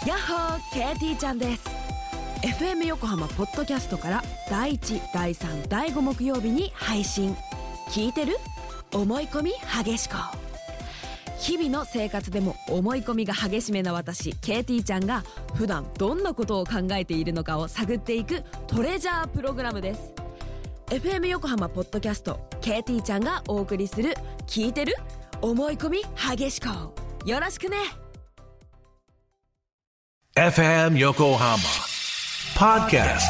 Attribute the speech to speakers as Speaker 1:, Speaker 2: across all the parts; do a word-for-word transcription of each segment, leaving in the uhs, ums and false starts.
Speaker 1: やっほー ケーティー ちゃんです。 エフエム 横浜ポッドキャストからだいいち、だいさん、だいご木曜日に配信。聞いてる？思い込み激しこ。日々の生活でも思い込みが激しめな私 ケーティー ちゃんが普段どんなことを考えているのかを探っていくトレジャープログラムです。 エフエム 横浜ポッドキャスト ケーティー ちゃんがお送りする聞いてる？思い込み激しこ。よろしくね。
Speaker 2: エフエム 横浜 Podcast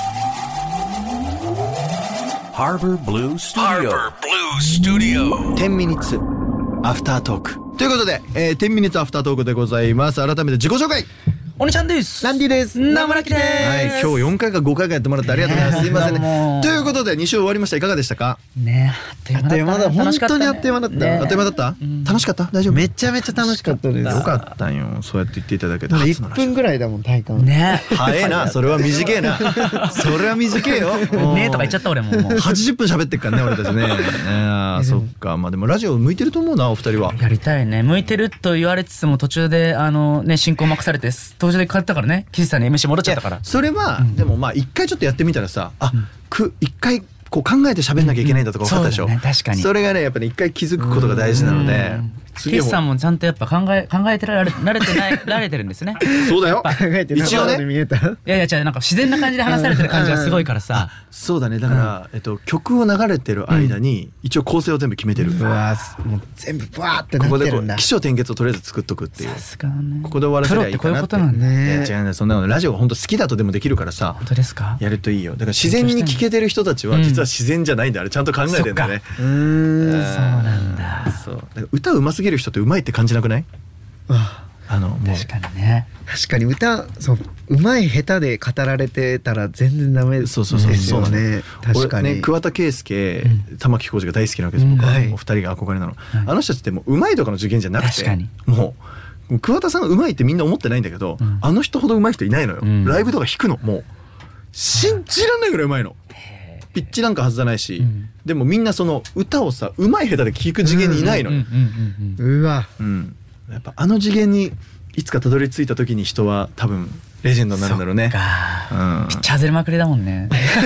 Speaker 2: Harbor Blue Studio Harbor Blue Studio
Speaker 3: じゅうミニッツアフタートークということで、えー、じゅうミニッツアフタートークでございます。改めて自己紹介。
Speaker 4: おにちゃんです。
Speaker 3: ランディです。
Speaker 4: 名村木です。
Speaker 3: はい、今日よんかいかごかいかやってもらってありがとうございます。すいませんね。ということでに週終わりました。いかがでしたか？
Speaker 4: ねえ、あっという間だったね。
Speaker 3: 本当にあっという間だった。
Speaker 4: ね、
Speaker 3: あっという間だった、うん、楽しかった？大丈夫？
Speaker 5: めちゃめちゃ楽しかったです。
Speaker 3: よかったよ。そうやって言っていただけて。
Speaker 5: いっぷんぐらいだもん体感。
Speaker 4: ね
Speaker 3: 早いな。それは短いな。それは短いよ。
Speaker 4: ねえとか言っちゃった俺も。もう
Speaker 3: はちじゅっぷん喋ってっからね俺たちね。ああそっか。まあでもラジオ向いてると思うなお二人は。
Speaker 4: やりたいね。向いてると言われつつも途中であのね進行任されて登場で変わったからね。岸さんに エムシー 戻っちゃったから。
Speaker 3: それは、うん、でもまあ一回ちょっとやってみたらさ、あ、うん、く一回こう考えて喋んなきゃいけないんだとか分かったでしょ。
Speaker 4: うんうん、そうだね、確かに。
Speaker 3: それがねやっぱり一回気づくことが大事なので。
Speaker 4: 岸さんもちゃんとやっぱ考え考えてられられてないられてるんですね。
Speaker 3: そうだよ。
Speaker 5: 考えて
Speaker 3: 一応ね。
Speaker 5: 見えた。い
Speaker 4: やいや違う、なんか自然な感じで話されてる感じがすごいからさ。
Speaker 3: そうだね。だから、うん、えっと曲を流れてる間に、うん、一応構成を全部決めてる。
Speaker 5: うわもう全部バーってなってるんだ。ここでこう
Speaker 3: 起承転結をとりあえず作っとくっていう。
Speaker 4: さすがね。
Speaker 3: ここで終わらせりゃいいかなって。
Speaker 4: プロってこういうことなんだね。
Speaker 3: いや違うね。そんなのラジオが本当好きだとでもできるからさ。
Speaker 4: 本当ですか？
Speaker 3: やるといいよ。だから自然に聞けてる人たちは実は自然じゃないんだ。あれちゃんと考えてるんだね。
Speaker 5: うーん。
Speaker 4: そうなんだ。
Speaker 3: そう。だから歌うますぎる人ってうまいって感じなくない？
Speaker 5: あ
Speaker 3: あのもう
Speaker 4: 確かにね。
Speaker 5: 確かに歌そううまい下手で語られてたら全然ダメですよね。
Speaker 3: そうそうそうそう
Speaker 5: ね。確かに。
Speaker 3: 俺ね桑田佳祐、玉置浩二が大好きなわけです。僕はもう二人が憧れなの。あの人たちってもううまいとかの受験じゃなくて、もう桑田さんがうまいってみんな思ってないんだけど、あの人ほどうまい人いないのよ。ライブとか弾くのもう信じらんないぐらいうまいの。ピッチなんか外さないし、でもみんなその歌をさうまい下手で聴く次元にいないのよ。
Speaker 5: うわ。
Speaker 3: うん。やっぱあの次元にいつかたどり着いた時に人は多分レジェンドになるんだろうね。
Speaker 4: そっか、うん、ピッチャーずれまくりだもんね。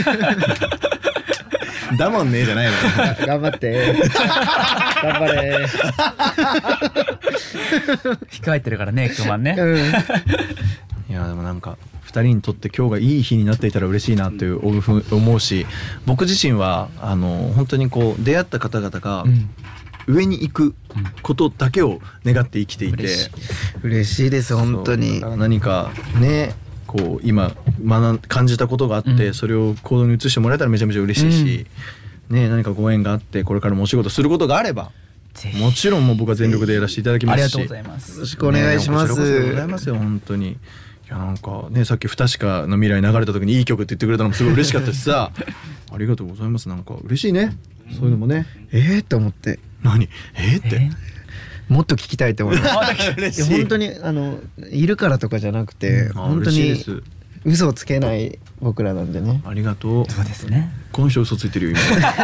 Speaker 3: だもんねじゃないの。
Speaker 5: 頑張って頑張れ。
Speaker 4: 控えてるからねクマンね、うん、
Speaker 3: いやでもなんかふたりにとって今日がいい日になっていたら嬉しいなという思うし、僕自身はあの本当にこう出会った方々が、うん上に行くことだけを願って生きていて、
Speaker 5: 嬉しいです本当に。
Speaker 3: 何かねこう今学感じたことがあって、うん、それを行動に移してもらえたらめちゃめちゃ嬉しいし、うん、ね何かご縁があってこれからもお仕事することがあればもちろんもう僕は全力でやらせていただきますし、
Speaker 4: ありがとうございます。
Speaker 5: よろしくお願いします。
Speaker 3: ね、こちらこそでございますよ本当に。いやなんかねさっき不確かの未来流れた時にいい曲って言ってくれたのもすごい嬉しかったしさありがとうございます。なんか嬉しいね、うん、そういうのもね。
Speaker 5: えーと思って
Speaker 3: 何えー、って、え
Speaker 5: ー、もっと聞きたいと思います。いや本当にあのいるからとかじゃなくて、うん、本当に嘘をつけない僕らなんでね。
Speaker 3: ありがとう。
Speaker 4: そうですね。
Speaker 3: この人嘘ついてるよ今。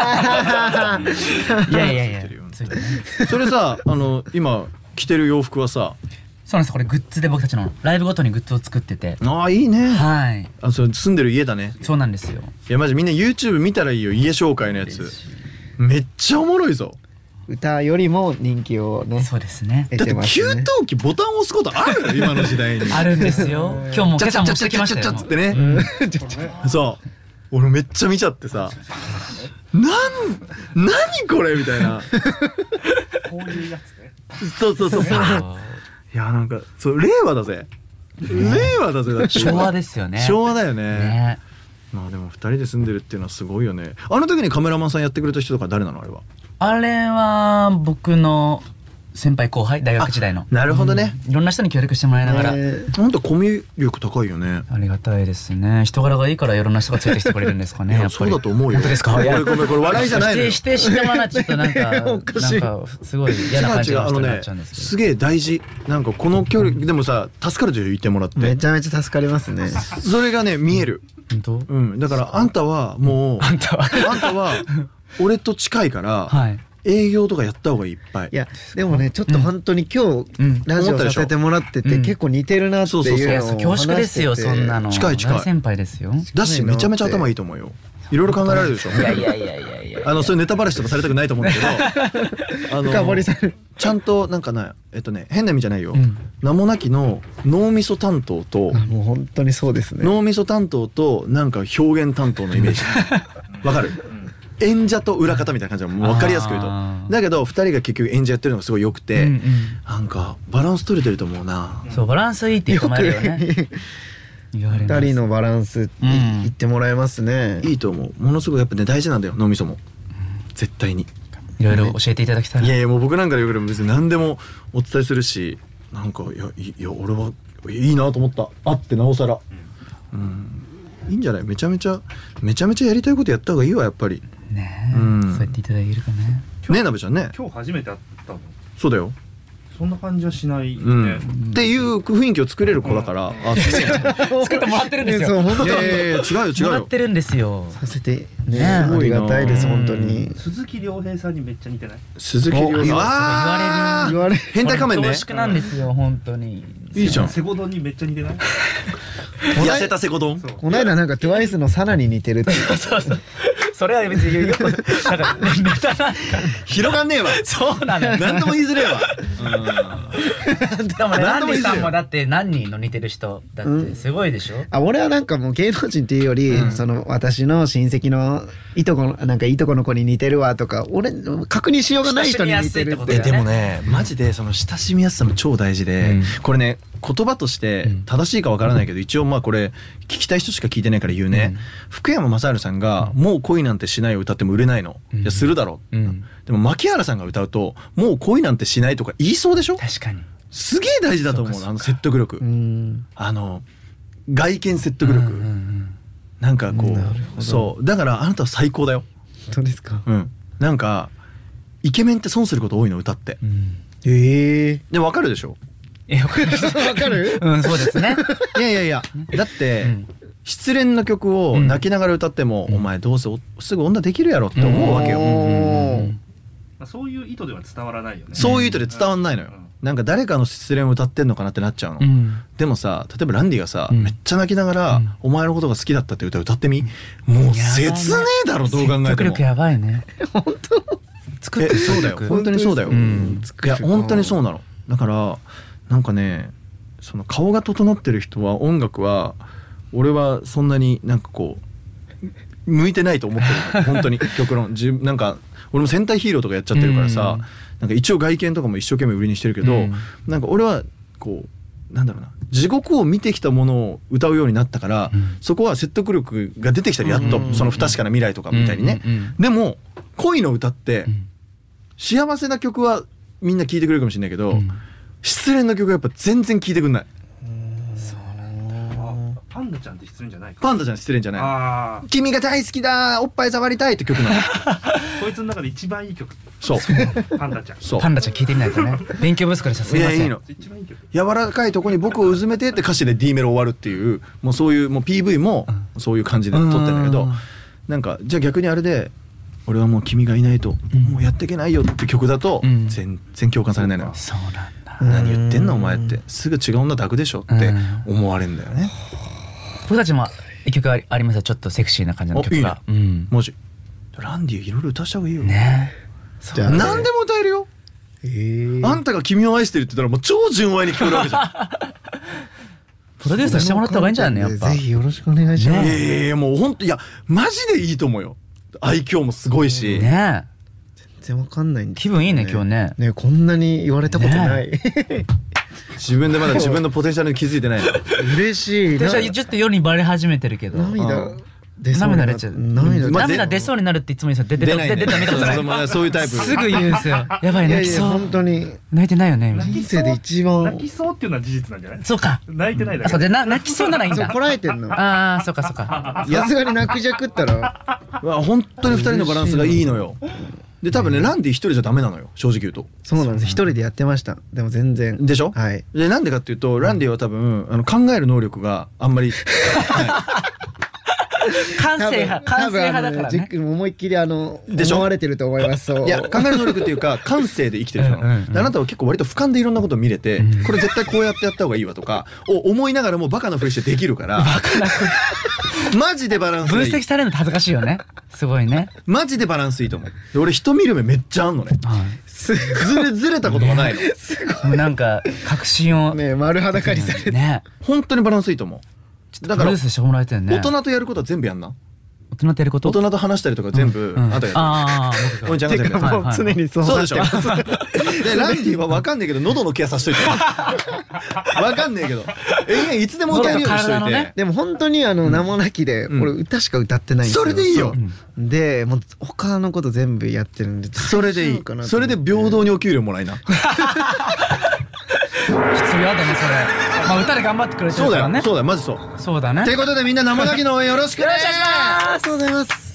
Speaker 4: いやいやいや
Speaker 3: それさあの今着てる洋服はさ
Speaker 4: そうなんです。これグッズで僕たちのライブごとにグッズを作ってて。
Speaker 3: ああいいね。
Speaker 4: はい。
Speaker 3: あそれ住んでる家だね。
Speaker 4: そうなんですよ。
Speaker 3: いやマジみんな YouTube 見たらいいよ家紹介のやつ。めっちゃおもろいぞ。
Speaker 5: 歌よりも人気をね。
Speaker 4: そうですね。
Speaker 3: だって給湯器ボタン押すことある今の時代に。
Speaker 4: あるんですよ。今日も今朝持ってきましたよ。
Speaker 3: ちゃちゃちゃってね。うん、そう俺めっちゃ見ちゃってさ。なん何これみたいな。
Speaker 5: こういうやつね。
Speaker 3: そうそうそう。いやなんかそう令和だぜ。令和だぜだって。
Speaker 4: 昭和ですよね。
Speaker 3: 昭和だよね。
Speaker 4: ね
Speaker 3: まあでもふたりで住んでるっていうのはすごいよね。あの時にカメラマンさんやってくれた人とか誰なのあれは。
Speaker 4: あれは僕の先輩後輩大学時代の。
Speaker 3: なるほどね、
Speaker 4: うん、いろんな人に協力してもらいながら。
Speaker 3: 本当コミュ力高いよね。
Speaker 4: ありがたいですね。人柄がいいからいろんな人がついてきてくれるんですかね。
Speaker 3: いやそうだと思うよ。
Speaker 4: 本当ですか。
Speaker 3: これごめんこれ笑いじゃないのよ。
Speaker 4: 否定してもらわないとちょっとなんかなんかすごい嫌な感じがしちゃうんですけど。
Speaker 3: すげえ大事。なんかこの距離でもさ助かるでしょ言ってもらって。
Speaker 5: めちゃめちゃ助かりますね。
Speaker 3: それがね見える。
Speaker 4: 本当？
Speaker 3: うんだからあんたはもう
Speaker 4: あんたは
Speaker 3: あんたは俺と近いから、
Speaker 4: はい、
Speaker 3: 営業とかやった方がいい、いっぱい。
Speaker 5: いやでもねちょっと本当に今日ラジオさせてもらってて結構似てるなっていうのを話してて、
Speaker 4: 恐縮ですよそんなの。
Speaker 3: 近い近い
Speaker 4: 大先輩ですよ。
Speaker 3: だしめちゃめちゃ頭いいと思うよ。いろいろ考えられるでしょ。
Speaker 4: いやいやいやいやいや。
Speaker 3: あのそういうネタバラシとかされたくないと思うんだけど、あの
Speaker 5: 深掘りされる
Speaker 3: ちゃんとなんかねえっとね変な意味じゃないよ、うん、名もなきの脳みそ担当と
Speaker 5: もう本当にそうですね、
Speaker 3: 脳みそ担当となんか表現担当のイメージわかる？演者と裏方みたいな感じでもう分かりやすく言うと、だけどふたりが結局演者やってるのがすごい良くて、うんうん、なんかバランス取れてると思うな。
Speaker 4: そうバランスいいって言ってもらえるよね。
Speaker 5: ふたりのバランス言ってもらえますね、
Speaker 3: うん、いいと思う。ものすごいやっぱね大事なんだよ脳みそも、絶対に
Speaker 4: いろいろ教えていただきたい。
Speaker 3: いやいやもう僕なんかでよければ別に何でもお伝えするし、なんかいやいや俺はいいなと思った。あってなおさら、うん、いいんじゃない。めちゃめちゃめちゃめちゃやりたいことやった方がいいわやっぱり
Speaker 4: ねえ、うん、そう言っていただけるかね。
Speaker 3: ねえなべちゃんね。
Speaker 6: 今日初めて会ったの。
Speaker 3: そうだよ。
Speaker 6: そんな感じはしないね、
Speaker 3: うん、っていう雰囲気を作れる子だから、うん、あ
Speaker 4: 作ってもらってるんですよ。
Speaker 5: そう本当に
Speaker 3: いやいやいや違うよ違うよ。
Speaker 4: もらってるんですよ。
Speaker 5: させてね、ありがたいです本当に。
Speaker 6: 鈴木亮平さんにめっちゃ似てない？
Speaker 3: 鈴木亮平、
Speaker 4: あ
Speaker 5: 言われる
Speaker 3: 変態仮面ね。
Speaker 4: 恐縮なんですよ本当に。
Speaker 3: いいじゃん。
Speaker 6: セゴドンにめっちゃ似てない？
Speaker 3: 痩せたセゴドン。
Speaker 5: この間なんかトゥワイスのサナに似てるって
Speaker 4: そうそう。それは別によくなんかネタなんか
Speaker 3: 広がんねえわ。
Speaker 4: そうなのよ。
Speaker 3: なんとも言いづれえわ。
Speaker 4: でもねランディさんもだって何人の似てる人だってすごいでしょ、うん、
Speaker 5: あ俺はなんかもう芸能人っていうより、うん、その私の親戚のいとこのなんかいとこの子に似てるわとか俺確認しようがない人に似てるって。
Speaker 3: えでもねマジでその親しみやすさも超大事で、うん、これね言葉として正しいかわからないけど、うん、一応まあこれ聞きたい人しか聞いてないから言うね、うん、福山雅治さんが「もう恋なんてしない」を歌っても売れないの、うん、いやするだろう、うん、でも牧原さんが歌うと「もう恋なんてしない」とか言いそうでしょ。
Speaker 4: 確かに
Speaker 3: すげえ大事だと思う。あの説得力、うん、あの外見説得力、うんうんうん、なんかこうそうだからあなたは最高だよ。
Speaker 5: そうですか。
Speaker 3: うんなんかイケメンって損すること多いの歌って、うん、
Speaker 5: ええ
Speaker 3: でも分かるでしょ。
Speaker 4: えわかる
Speaker 5: わかる
Speaker 4: うんそうですね。
Speaker 3: いやいやいやだって、うん、失恋の曲を泣きながら歌っても、うん、お前どうせすぐ女できるやろって思うわけよ、うん、
Speaker 6: そういう意図では伝わらないよね。
Speaker 3: そういう意図で伝わんないのよ、うん、なんか誰かの失恋を歌ってんのかなってなっちゃうの、うん、でもさ例えばランディがさ、うん、めっちゃ泣きながら、うん、お前のことが好きだったって歌歌ってみ、うん、もう切ねえだろどう考えても。
Speaker 4: 説得力やばいね
Speaker 5: 本当
Speaker 3: 作ってそうだよ本当にそうだよ、うん、いや本当にそうなの。だからなんかねその顔が整ってる人は音楽は俺はそんなになんかこう向いてないと思ってるの本当に極論自分なんか俺も戦隊ヒーローとかやっちゃってるからさ、うん、なんか一応外見とかも一生懸命売りにしてるけど、うん、なんか俺はこうなんだろうな地獄を見てきたものを歌うようになったから、うん、そこは説得力が出てきたりやっと、うん、その不確かな未来とかみたいにね、うん、でも恋の歌って、うん、幸せな曲はみんな聴いてくれるかもしれないけど、うん失恋の曲はやっぱ全然聴いてくんない。
Speaker 6: そうなんだ。パンダちゃんって失恋じゃないか。
Speaker 3: パンダちゃん失恋じゃない。あ君が大好きだおっぱい触りたいって曲なの
Speaker 6: こいつの中で一番いい曲。
Speaker 3: そう
Speaker 6: パンダちゃん
Speaker 4: そうパンダちゃん聴いてみないとね勉強不足でしたすみません。いやいいの
Speaker 6: 一番いい曲
Speaker 3: 柔らかいとこに僕をうずめてって歌詞で D メロ終わるっていうもうそういうもう ピーブイ もそういう感じで撮ってんだけどなんかじゃあ逆にあれで俺はもう君がいないともうやっていけないよって曲だと全然共感されないのよ、
Speaker 4: うん、そうなんだ。
Speaker 3: 何言ってんのお前ってすぐ違う女抱くでしょって思われるんだよね。
Speaker 4: 僕たちも一曲あり、ありますよちょっとセクシーな感じの曲が。
Speaker 3: いいね、うん、マジランディいろいろ歌した方がいいよ
Speaker 4: ね。
Speaker 3: じゃあ何でも歌えるよ、えー、あんたが君を愛してるって言ったらもう超純愛に聞こえるわけじゃん
Speaker 4: プロデューサーしてもらった方がいいんじゃないのやっぱ。
Speaker 5: ぜひよろしくお願いします、
Speaker 3: ね、いやいやもう本当いやマジでいいと思うよ。愛嬌もすごいし
Speaker 4: ね
Speaker 5: 全然わかんないんです、
Speaker 4: ね、気分いいね今日ね。
Speaker 5: ねこんなに言われたことない、ね、
Speaker 3: 自分でまだ自分のポテンシャルに気づいてないの
Speaker 5: 嬉しい。
Speaker 4: ちょっと世にバレ始めてるけど
Speaker 5: 涙
Speaker 4: 涙出ちゃう。涙、まあ、涙出そうになるっていつも言うんですよ。出て出た見たことない。
Speaker 3: そういうタイプ。
Speaker 4: すぐ言うんですよ。やばい泣きそう。
Speaker 5: 本当に
Speaker 4: 泣いてないよね。
Speaker 5: 人生で一番
Speaker 6: 泣きそうっていうのは事実なんじゃない？
Speaker 4: そうか。
Speaker 6: 泣いてないだけ。
Speaker 4: そうでな泣きそうならいいんだ。
Speaker 5: こらえてんの。
Speaker 4: ああそうかそうか。
Speaker 5: さすがに泣くじゃくったら。
Speaker 3: わ本当に二人のバランスがいいのよ。で多分ねランディ一人じゃダメなのよ正直言うと。
Speaker 5: そうなんです。一人でやってました。でも全然。
Speaker 3: でしょ？
Speaker 5: はい。
Speaker 3: でなんでかっていうとランディは多分あの考える能力があんまり。はい
Speaker 4: 感性派感性派だからね。
Speaker 5: 思いっきりあの思われてると思います。そう
Speaker 3: いや考える能力っていうか感性で生きてる人なの、うんうんうん、あなたは結構割と俯瞰でいろんなことを見れて、うん、これ絶対こうやってやった方がいいわとかを思いながらもバカなふりしてできるからマジでバランスがいい。
Speaker 4: 分析されるの恥ずかしいよね。すごいね。
Speaker 3: マジでバランスいいと思う。で俺人見る目めっちゃあんのね、はい、ずれずれたことがないの、ね、
Speaker 4: もうなんか確信を
Speaker 5: ね丸裸にされて
Speaker 4: ね。
Speaker 3: 本当にバランスいいと思う。だから大人とやることは全部やんな。
Speaker 4: 大人とやること
Speaker 3: 大人と話したりとか全部、うん、あんたやる。
Speaker 5: ああもう常にそう
Speaker 3: そうでしょ。でランディは分かんねえけど喉のケアさせといて分かんねえけど永遠いつでも歌えるようにしといて、ね、
Speaker 5: でも本当にあの名もなきで、うん、俺歌しか歌ってないんですよ。
Speaker 3: それでいいよ。
Speaker 5: でもう他のこと全部やってるんで
Speaker 3: それでいい。それで平等にお給料もらいな。
Speaker 4: 必要だねそれ。まあ歌で頑張ってくれてるからね。
Speaker 3: そうだよそうだよマジそう。
Speaker 4: そうだね。
Speaker 3: ということでみんな名もなきの応援よろしくね。
Speaker 4: よろしくお願いします。
Speaker 5: ありがとうございます。